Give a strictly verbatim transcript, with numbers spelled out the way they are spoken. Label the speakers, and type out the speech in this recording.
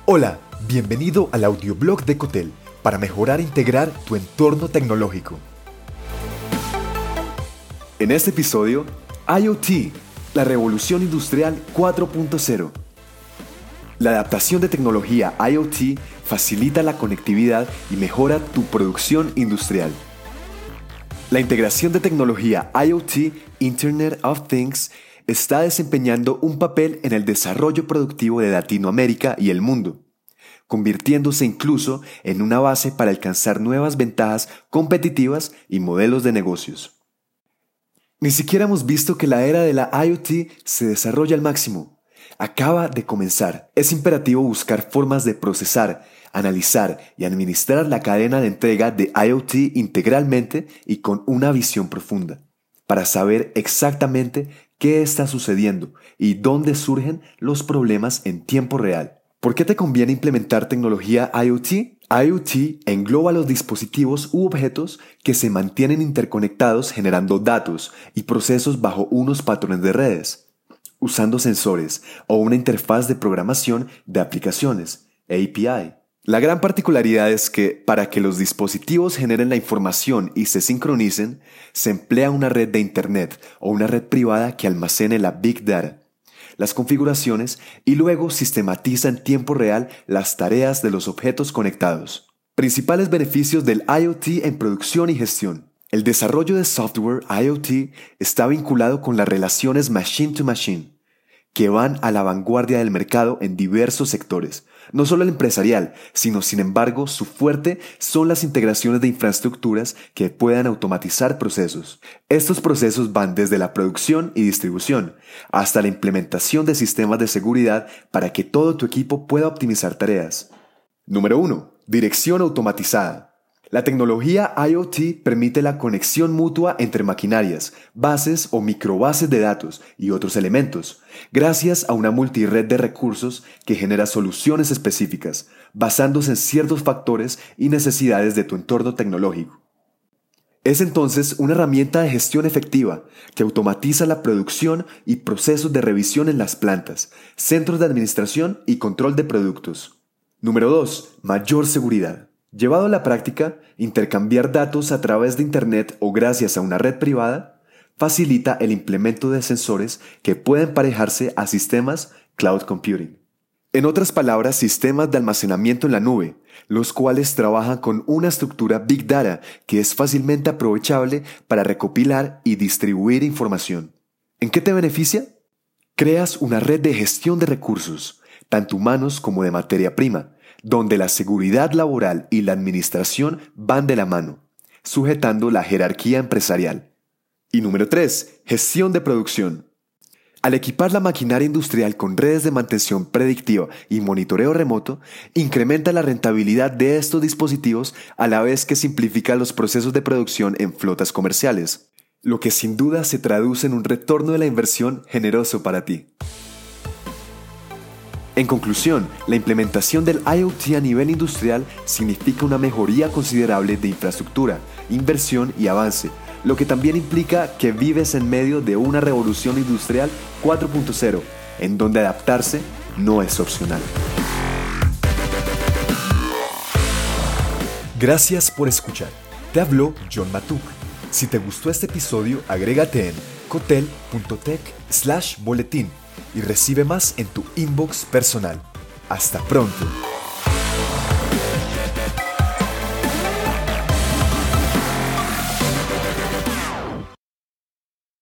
Speaker 1: Hola, bienvenido al audioblog de Cotel para mejorar e integrar tu entorno tecnológico. En este episodio, IoT, la revolución industrial cuatro punto cero. La adaptación de tecnología IoT facilita la conectividad y mejora tu producción industrial. La integración de tecnología IoT, Internet of Things, está desempeñando un papel en el desarrollo productivo de Latinoamérica y el mundo, convirtiéndose incluso en una base para alcanzar nuevas ventajas competitivas y modelos de negocios. Ni siquiera hemos visto que la era de la IoT se desarrolla al máximo. Acaba de comenzar. Es imperativo buscar formas de procesar, analizar y administrar la cadena de entrega de IoT integralmente y con una visión profunda, para saber exactamente qué está sucediendo y dónde surgen los problemas en tiempo real. ¿Por qué te conviene implementar tecnología IoT? IoT engloba los dispositivos u objetos que se mantienen interconectados generando datos y procesos bajo unos patrones de redes, usando sensores o una interfaz de programación de aplicaciones, A P I. La gran particularidad es que, para que los dispositivos generen la información y se sincronicen, se emplea una red de Internet o una red privada que almacene la Big Data, las configuraciones y luego sistematiza en tiempo real las tareas de los objetos conectados. Principales beneficios del IoT en producción y gestión. El desarrollo de software IoT está vinculado con las relaciones machine to machine, que van a la vanguardia del mercado en diversos sectores. No solo el empresarial, sino sin embargo su fuerte son las integraciones de infraestructuras que puedan automatizar procesos. Estos procesos van desde la producción y distribución hasta la implementación de sistemas de seguridad para que todo tu equipo pueda optimizar tareas. Número uno. Dirección automatizada. La tecnología IoT permite la conexión mutua entre maquinarias, bases o microbases de datos y otros elementos, gracias a una multired de recursos que genera soluciones específicas, basándose en ciertos factores y necesidades de tu entorno tecnológico. Es entonces una herramienta de gestión efectiva que automatiza la producción y procesos de revisión en las plantas, centros de administración y control de productos. Número dos. Mayor seguridad. Llevado a la práctica, intercambiar datos a través de Internet o gracias a una red privada facilita el implemento de sensores que pueden emparejarse a sistemas cloud computing. En otras palabras, sistemas de almacenamiento en la nube, los cuales trabajan con una estructura Big Data que es fácilmente aprovechable para recopilar y distribuir información. ¿En qué te beneficia? Creas una red de gestión de recursos, tanto humanos como de materia prima, donde la seguridad laboral y la administración van de la mano, sujetando la jerarquía empresarial. Y número tres. Gestión de producción. Al equipar la maquinaria industrial con redes de mantención predictiva y monitoreo remoto, incrementa la rentabilidad de estos dispositivos a la vez que simplifica los procesos de producción en flotas comerciales, lo que sin duda se traduce en un retorno de la inversión generoso para ti. En conclusión, la implementación del IoT a nivel industrial significa una mejoría considerable de infraestructura, inversión y avance, lo que también implica que vives en medio de una revolución industrial cuatro punto cero, en donde adaptarse no es opcional. Gracias por escuchar. Te habló John Matuk. Si te gustó este episodio, agrégate en cotel punto tech slash boletín y recibe más en tu inbox personal. Hasta pronto.